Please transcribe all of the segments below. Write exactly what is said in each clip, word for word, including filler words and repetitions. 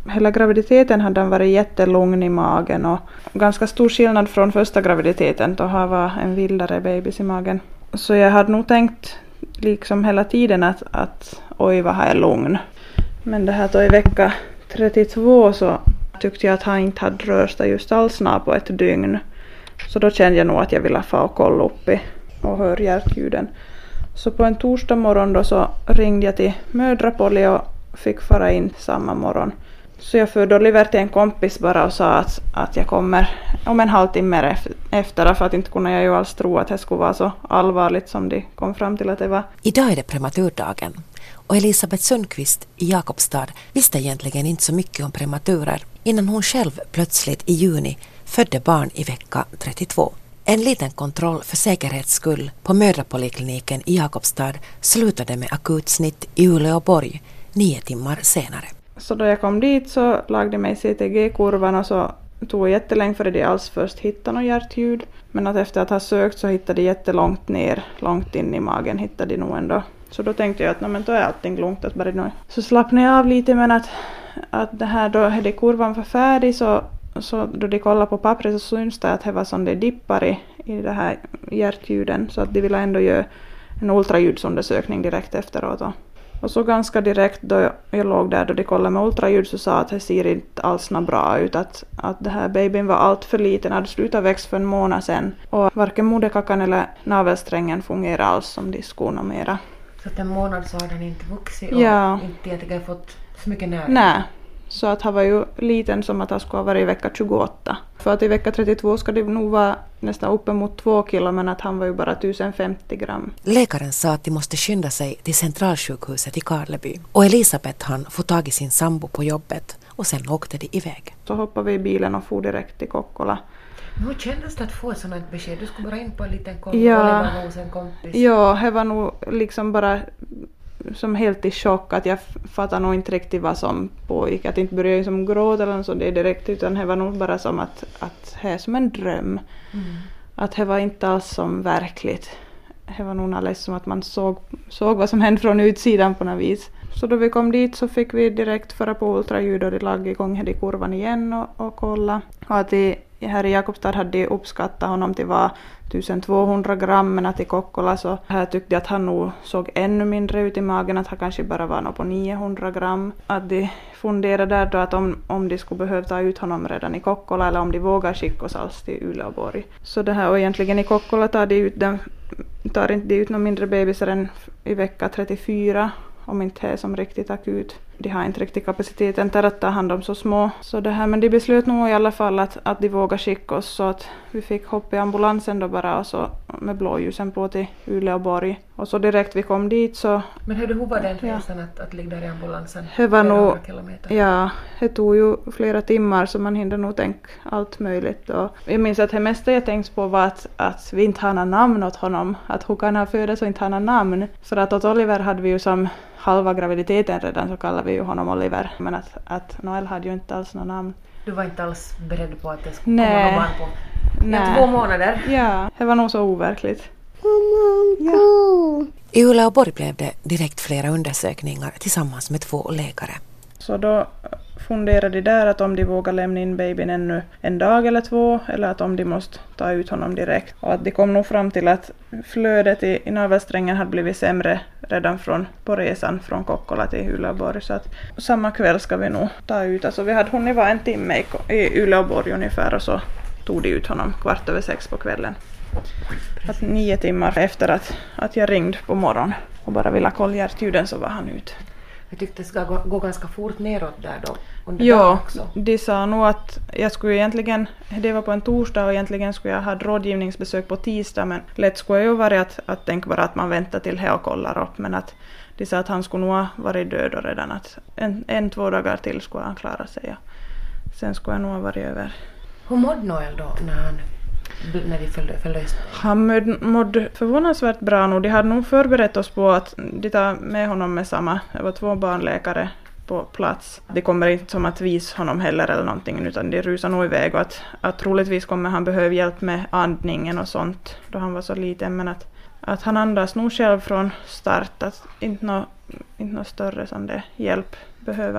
hela graviditeten hade han varit jättelugn i magen och ganska stor skillnad från första graviditeten då han var en vildare bebis i magen. Så jag hade nog tänkt liksom hela tiden att, att oj vad han är lugn. Men det här då i vecka trettiotvå så tyckte jag att han inte hade rört sig just alls på ett dygn. Så då kände jag nog att jag ville få och kolla upp i och höra hjärtljuden. Så på en torsdag morgon då så ringde jag till mödrapoli och fick fara in samma morgon. Så jag förde Oliver till en kompis bara och sa att, att jag kommer om en halvtimme efter. För att inte kunde jag ju alls tro att det skulle vara så allvarligt som de kom fram till att det var. Idag är det prematurdagen. Och Elisabeth Sundqvist i Jakobstad visste egentligen inte så mycket om prematurer innan hon själv plötsligt i juni födde barn i vecka trettiotvå. En liten kontroll för säkerhets skull på mödrapolikliniken i Jakobstad slutade med akutsnitt i Uleåborg nio timmar senare. Så då jag kom dit så lagde mig C T G-kurvan och så tog jättelänge för det alls först hittade något hjärtljud. Men att efter att ha sökt så hittade de jättelångt ner, långt in i magen hittade de nog ändå. Så då tänkte jag att no, men då är allting lugnt. Att bara nu. Så slappnade jag av lite men att, att det här då hade kurvan var färdig så, så då de kollade på pappret så syns det att det var som det dippar i, i det här hjärtljuden. Så att de ville ändå göra en ultraljudsundersökning direkt efteråt. Då. Och så ganska direkt då jag låg där då de kollade med ultraljud så sa att det ser inte alls bra ut. Att, att det här babyn var allt för liten, hade slutat växt för en månad sedan. Och varken moderkakan eller navelsträngen fungerar alls som de skulle mera. Så att en månad så har den inte vuxit och ja. inte egentligen fått så mycket näring? Nej, så att han var ju liten som att han skulle ha varit i vecka tjugoåtta. För att i vecka trettiotvå ska det nog vara nästan uppemot två kilo men att han var ju bara tusen femtio gram. Läkaren sa att de måste skynda sig till centralsjukhuset i Karleby. Och Elisabeth hann få tag i sin sambo på jobbet och sen åkte de iväg. Så hoppade vi i bilen och for direkt till Kokkola. Hur kändes det att få ett sådant besked? Du skulle bara in på en liten koll ja. och hos en kompis. Ja, det var nog liksom bara som helt i chock att jag fattar nog inte riktigt vad som pågick. Att inte började som gråta eller så det direkt utan det var nog bara som att, att det är som en dröm. Mm. Att det var inte alls som verkligt. Det var nog alldeles som att man såg, såg vad som hände från utsidan på något vis. Så då vi kom dit så fick vi direkt föra på ultraljud och de lagde igång i kurvan igen och, och kolla. Och att de, här i Jakobstad hade de uppskattat honom till var twelve-hundred gram men att i Kokkola så här tyckte jag att han nog såg ännu mindre ut i magen att han kanske bara var på niohundra gram. Att de funderade där då att om, om de skulle behöva ta ut honom redan i Kokkola eller om de vågar skicka oss alls till Uleåborg. Så det här och egentligen i Kokkola tar de ut den, tar inte de ut någon mindre bebisar än i vecka trettiofyra. Om inte det är som riktigt akut. De har inte riktigt kapaciteten till att ta hand om så små. Så det här, men de beslöt nog i alla fall att, att de vågar skicka oss så att vi fick hoppa i ambulansen då bara och så med blåljusen på till Uleåborg. Och så direkt vi kom dit så... Men hur var den resan ja. att, att ligga där i ambulansen? Det var nog... Ja, det tog ju flera timmar så man hinner nog tänka allt möjligt. Och jag minns att det mesta jag tänkte på var att, att vi inte har några namn åt honom. Att hur kan han födas och inte ha några namn? För att åt Oliver hade vi ju som... halva graviditeten redan så kallar vi ju honom Oliver. Men att, att Noel hade ju inte alls någon namn. Du var inte alls beredd på att det skulle Nej. komma någon barn på ja, två månader? Ja, det var nog så overkligt. Ja. I Uleåborg blev det direkt flera undersökningar tillsammans med två läkare. Så då funderade de där att om de vågar lämna in babyn ännu en dag eller två eller att om de måste ta ut honom direkt. Och att de kom nog fram till att flödet i, i navelsträngen hade blivit sämre redan från, på resan från Kokkola till Uleåborg. Så att samma kväll ska vi nog ta ut. Alltså vi hade hunnit vara en timme i, i Uleåborg ungefär och så tog de ut honom kvart över sex på kvällen. Att nio timmar efter att, att jag ringde på morgonen och bara ville kolla hjärtljuden så var han ut. Jag tyckte det ska gå, gå ganska fort neråt där då. Ja, de sa nog att jag skulle egentligen, det var på en torsdag och egentligen skulle jag ha rådgivningsbesök på tisdag men lätt skulle ju vara att, att tänka bara att man väntar till här och kollar upp men att de sa att han skulle nog ha varit död och redan att en, en två dagar till skulle han klara sig och sen skulle han nog ha varit över. Hur mådde Noel då när han när vi förlöste? Han mådde, mådde förvånansvärt bra nu. De hade nog förberett oss på att de tar med honom med samma. Det var två barnläkare på plats. Det kommer inte som att visa honom heller eller någonting utan de rusar nog iväg och att, att troligtvis kommer han behöva hjälp med andningen och sånt då han var så liten men att, att han andas nog själv från start att inte något inte nå större som det hjälp behöver han.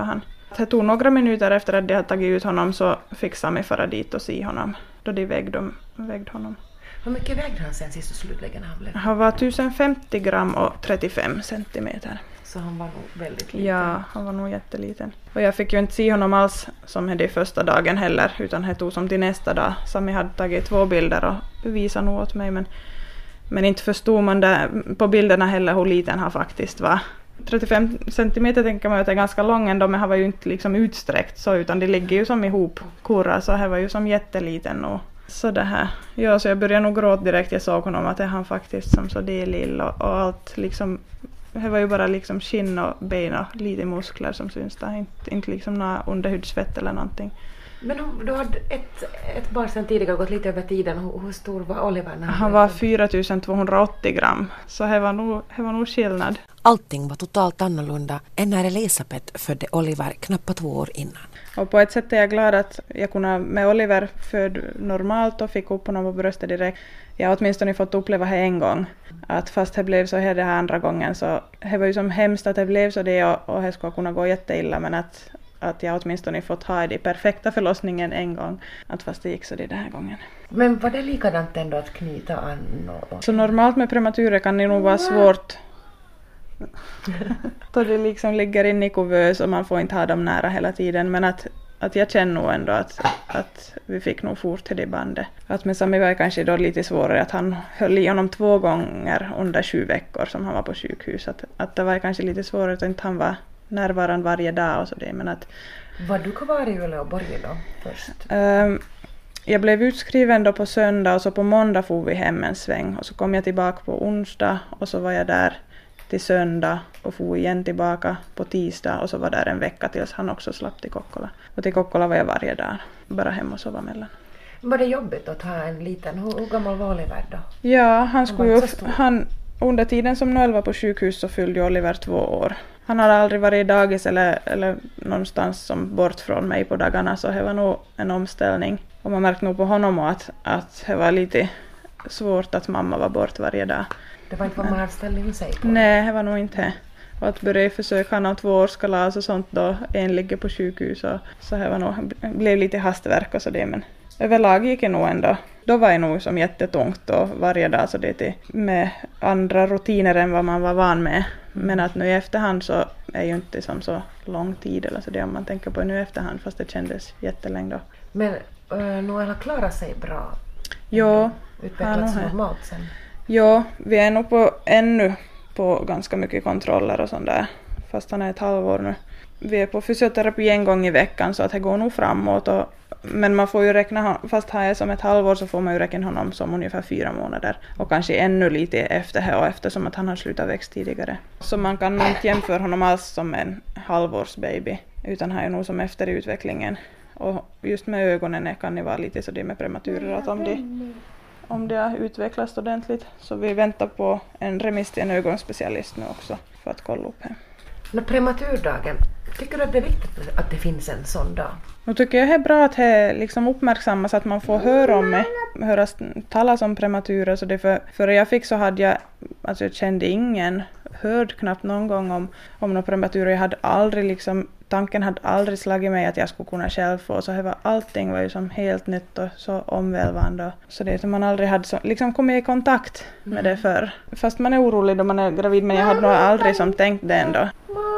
Det tog några minuter efter att de hade tagit ut honom så fick Sami fara dit och se honom. Då de vägde, vägde honom. Hur mycket vägde han sen sist och slutligen han blev? Han var tusen femtio gram och trettiofem centimeter. Så han var nog väldigt liten. Ja, han var nog jätteliten. Och jag fick ju inte se honom alls som det första dagen heller, utan det tog som till nästa dag. Sami hade tagit två bilder och visat nog åt mig, men, men inte förstod man där på bilderna heller hur liten han faktiskt var. trettiofem centimeter tänker man att det är ganska lång ändå, men han var ju inte liksom utsträckt så, utan det ligger ju som ihop kurra, så han var ju som jätteliten och så det här. Ja, så jag började nog gråta direkt jag såg honom, att det är han faktiskt som så det är lill och, och allt liksom. Det var ju bara liksom skinn och ben och lite muskler som syns där, inte, inte liksom några underhudsfett eller någonting. Men om du hade ett, ett barn sedan tidigare gått lite över tiden, hur, hur stor var Oliver? När han han var fyra tusen tvåhundraåttio gram, så det var nog, det var nog skillnad. Allting var totalt annorlunda än när Elisabeth födde Oliver knappt två år innan. Och på ett sätt är jag glad att jag kunde med Oliver född normalt och fick upp honom på bröstet direkt. Jag har åtminstone fått uppleva det en gång. Att fast det blev så här det här andra gången, så det var ju som hemskt att det blev så det och, och det skulle kunna gå jätteilla, men att, att jag åtminstone fått ha det perfekta förlossningen en gång. Att fast det gick så det den här gången. Men var det likadant ändå att knyta an? Och... Så normalt med prematurer kan det nog vara svårt. Då det liksom ligger in i kuvös och man får inte ha dem nära hela tiden, men att Att jag känner nog ändå att, att vi fick nog fort till det bandet. Att med Sami var kanske då lite svårare, att han höll i honom två gånger under sju veckor som han var på sjukhus. Att, att det var kanske lite svårare att inte han var närvarande varje dag och så det. Men att, var du kvar i Uleåborg då först? Um, jag blev utskriven då på söndag och så på måndag får vi hem en sväng. Och så kom jag tillbaka på onsdag och så var jag där till söndag och for igen tillbaka på tisdag och så var där en vecka tills han också slapp till Kokkola. Och till Kokkola var jag varje dag, bara hemma och sova mellan. Var det jobbigt att ha en liten, hur, hur gammal var Oliver då? Ja, han skulle ju, han, under tiden som Noel var på sjukhus så fyllde Oliver två år. Han hade aldrig varit i dagis eller, eller någonstans som bort från mig på dagarna, så det var nog en omställning. Och man märkte nog på honom att, att det var lite svårt att mamma var bort varje dag. Det var inte vad man hade ställt in sig på? Nej, det var nog inte. Och att börja försöka han ha två årskalas och sånt då en ligger på sjukhus och så det var nog, blev lite hastverk och så det, men överlag gick det nog ändå. Då var det nog som jättetungt och varje dag så det med andra rutiner än vad man var van med. Men att nu i efterhand så är ju inte som så lång tid eller så det om man tänker på nu i efterhand, fast det kändes jättelänge då. Men äh, Noel har klarat sig bra? Jo. Utvecklats normalt sen? Ja, vi är nog på ännu på ganska mycket kontroller och sånt där, fast han är ett halvår nu. Vi är på fysioterapi en gång i veckan så att det går nog framåt. Och, men man får ju räkna, fast han är som ett halvår så får man ju räkna honom som ungefär fyra månader. Och kanske ännu lite efter det och eftersom att han har slutat växt tidigare. Så man kan nog inte jämföra honom alls som en halvårsbaby, utan han är nog som efter i utvecklingen. Och just med ögonen kan det vara lite så det med prematurer att om det om det har utvecklats ordentligt. Så vi väntar på en remiss till en ögonspecialist nu också för att kolla upp det. När prematurdagen, tycker du att det är viktigt att det finns en sån dag? Nu tycker jag det är bra att det liksom uppmärksammas, att man får höra om det, höra talas om prematurer. Så det för, för jag fick så hade jag, alltså jag kände ingen, hörde knappt någon gång om, om några prematurer. Jag hade aldrig liksom, tanken hade aldrig slagit mig att jag skulle kunna själv få. Så det var, allting var ju som helt nytt och så omvälvande. Så det är som man aldrig hade så, liksom kommit i kontakt med det förr. Fast man är orolig då man är gravid, men jag hade nog aldrig som tänkt det ändå.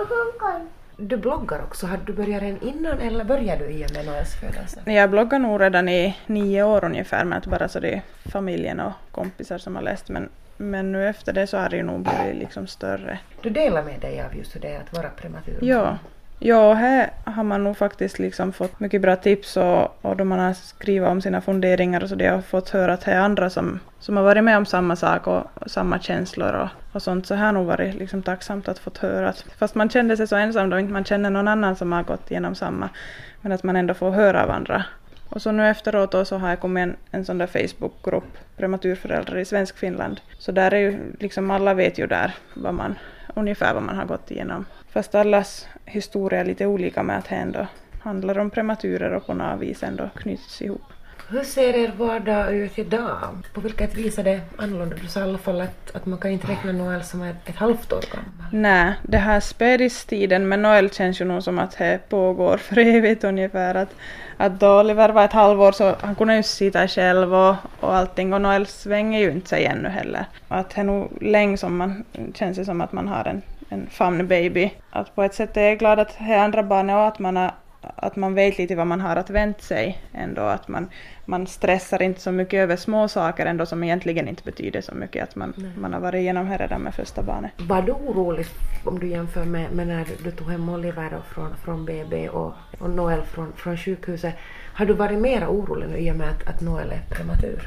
Du bloggar också. Hade du börjat redan innan eller började du i och med Noels födelse? Jag bloggar nog redan i nio år ungefär, med att bara så det är familjen och kompisar som har läst. Men, men nu efter det så har det nog blivit liksom större. Du delar med dig av just det att vara prematur? Ja. Ja, här har man nog faktiskt liksom fått mycket bra tips och, och då man har skrivit om sina funderingar och så det har fått höra att det är andra som, som har varit med om samma sak och, och samma känslor och, och sånt. Så här har nog varit liksom tacksamt att få höra att, fast man kände sig så ensam då inte man känner någon annan som har gått igenom samma, men att man ändå får höra av andra. Och så nu efteråt då så har jag kommit en, en sån där Facebookgrupp, prematurföräldrar i Svensk Finland. Så där är ju liksom, alla vet ju där vad man, ungefär vad man har gått igenom. Fast allas historia är lite olika med att det ändå handlar om prematurer och på något vis ändå knyts ihop. Hur ser er vardag ut idag? På vilket vis är det annorlunda? Du sa i alla fall att, att man kan inte räkna Noel som är ett halvt år gammal. Nej, det här spädistiden med Noel känns ju nog som att det pågår för evigt ungefär. Att, att då Oliver var ett halvår så han kunde ju sitta själv och, och allting. Och Noel svänger ju inte sig ännu heller. Att det är nog länge som man känns det som att man har en, en famnbaby. Att på ett sätt är jag glad att det andra barnet och att man har att man vet lite vad man har att vänta sig ändå, att man, man stressar inte så mycket över små saker ändå som egentligen inte betyder så mycket, att man, man har varit igenom här redan med första barnet. Var du orolig om du jämför med, med när du tog hem Oliver från, från B B och, och Noel från, från sjukhuset? Har du varit mer orolig nu i och med att, att Noel är prematur?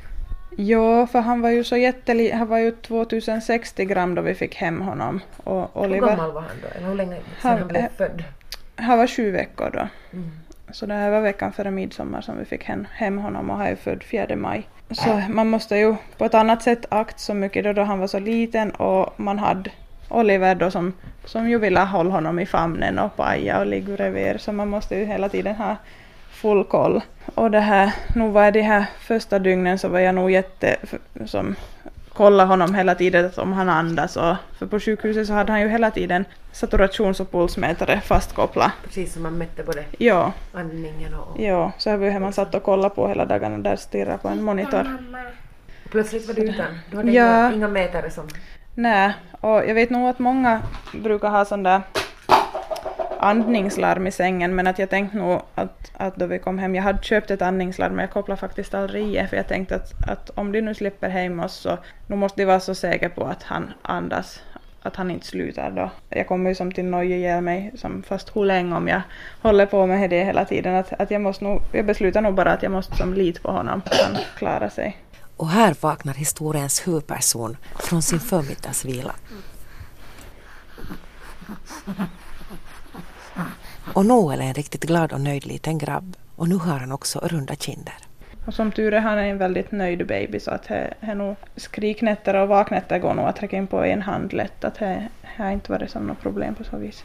Ja, för han var ju så jättelig, han var ju tvåtusensextio gram då vi fick hem honom. Och Oliver, hur gammal var han då? Eller hur länge sedan han, han blev född? Han var sju veckor då. Mm. Så det här var veckan före midsommar som vi fick hem, hem honom och han är född fjärde maj. Så man måste ju på ett annat sätt akta så mycket då, då han var så liten och man hade Oliver då som, som ju ville hålla honom i famnen och paja och ligga bredvid. Så man måste ju hela tiden ha full koll. Och det här, nu var det här första dygnen så var jag nog jätte som kolla honom hela tiden om han andas. Och, för på sjukhuset så hade han ju hela tiden saturations- och pulsmätare fastkopplat. Precis som man mätte både ja. andningen och... Ja, så här man satt och kolla på hela dagarna där stirra på en monitor. Plötsligt var du utan. Du hade ja. inga, inga mätare som... Nej, och jag vet nog att många brukar ha sån där andningslarm i sängen, men att jag tänkte nog att, att då vi kom hem, jag hade köpt ett andningslarm men jag kopplade faktiskt aldrig i, för jag tänkte att, att om de nu slipper hem oss så nu måste de vara så säkra på att han andas, att han inte slutar då. Jag kommer ju som till noja ihjäl mig som fast hur länge om jag håller på med det hela tiden, att, att jag måste nog, jag beslutar nog bara att jag måste som lita på honom, att han klarar sig. Och här vaknar historiens huvudperson från sin förmiddagsvila. Och Noel är en riktigt glad och nöjd liten grabb. Och nu har han också runda kinder. Och som tur är han är en väldigt nöjd baby, så att det är nog skriknätter och vaknätter går nog att träcka in på en hand lätt. Att det har inte varit som något problem på så vis.